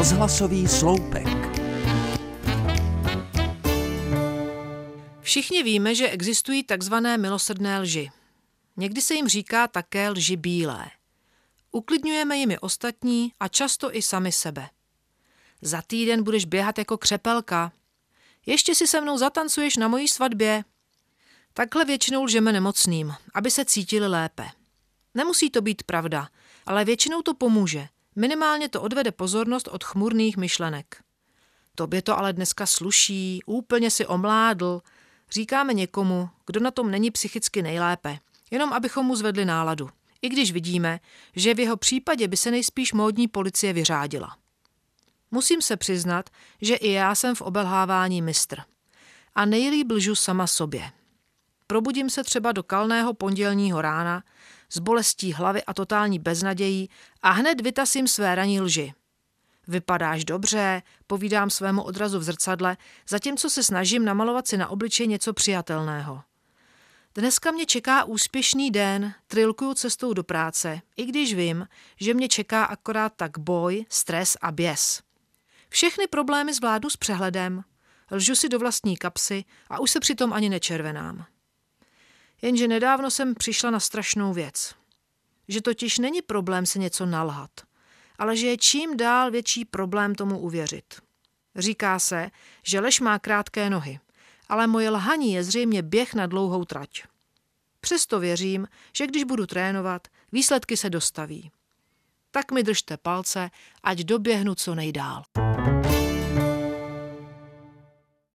Rozhlasový sloupek. Všichni víme, že existují takzvané milosrdné lži. Někdy se jim říká také lži bílé. Uklidňujeme jimi ostatní a často i sami sebe. Za týden budeš běhat jako křepelka. Ještě si se mnou zatancuješ na mojí svatbě. Takhle většinou lžeme nemocným, aby se cítili lépe. Nemusí to být pravda, ale většinou to pomůže. Minimálně to odvede pozornost od chmurných myšlenek. Tobě to ale dneska sluší, úplně si omládl. Říkáme někomu, kdo na tom není psychicky nejlépe, jenom abychom mu zvedli náladu. I když vidíme, že v jeho případě by se nejspíš módní policie vyřádila. Musím se přiznat, že i já jsem v obelhávání mistr. A nejlíp lžu sama sobě. Probudím se třeba do kalného pondělního rána s bolestí hlavy a totální beznadějí a hned vytasím své ranní lži. Vypadáš dobře, povídám svému odrazu v zrcadle, zatímco se snažím namalovat si na obličeji něco přijatelného. Dneska mě čeká úspěšný den, trilkuju cestou do práce, i když vím, že mě čeká akorát tak boj, stres a běs. Všechny problémy zvládnu s přehledem, lžu si do vlastní kapsy a už se přitom ani nečervenám. Jenže nedávno jsem přišla na strašnou věc. Že totiž není problém se něco nalhat, ale že je čím dál větší problém tomu uvěřit. Říká se, že lež má krátké nohy, ale moje lhaní je zřejmě běh na dlouhou trať. Přesto věřím, že když budu trénovat, výsledky se dostaví. Tak mi držte palce, ať doběhnu co nejdál.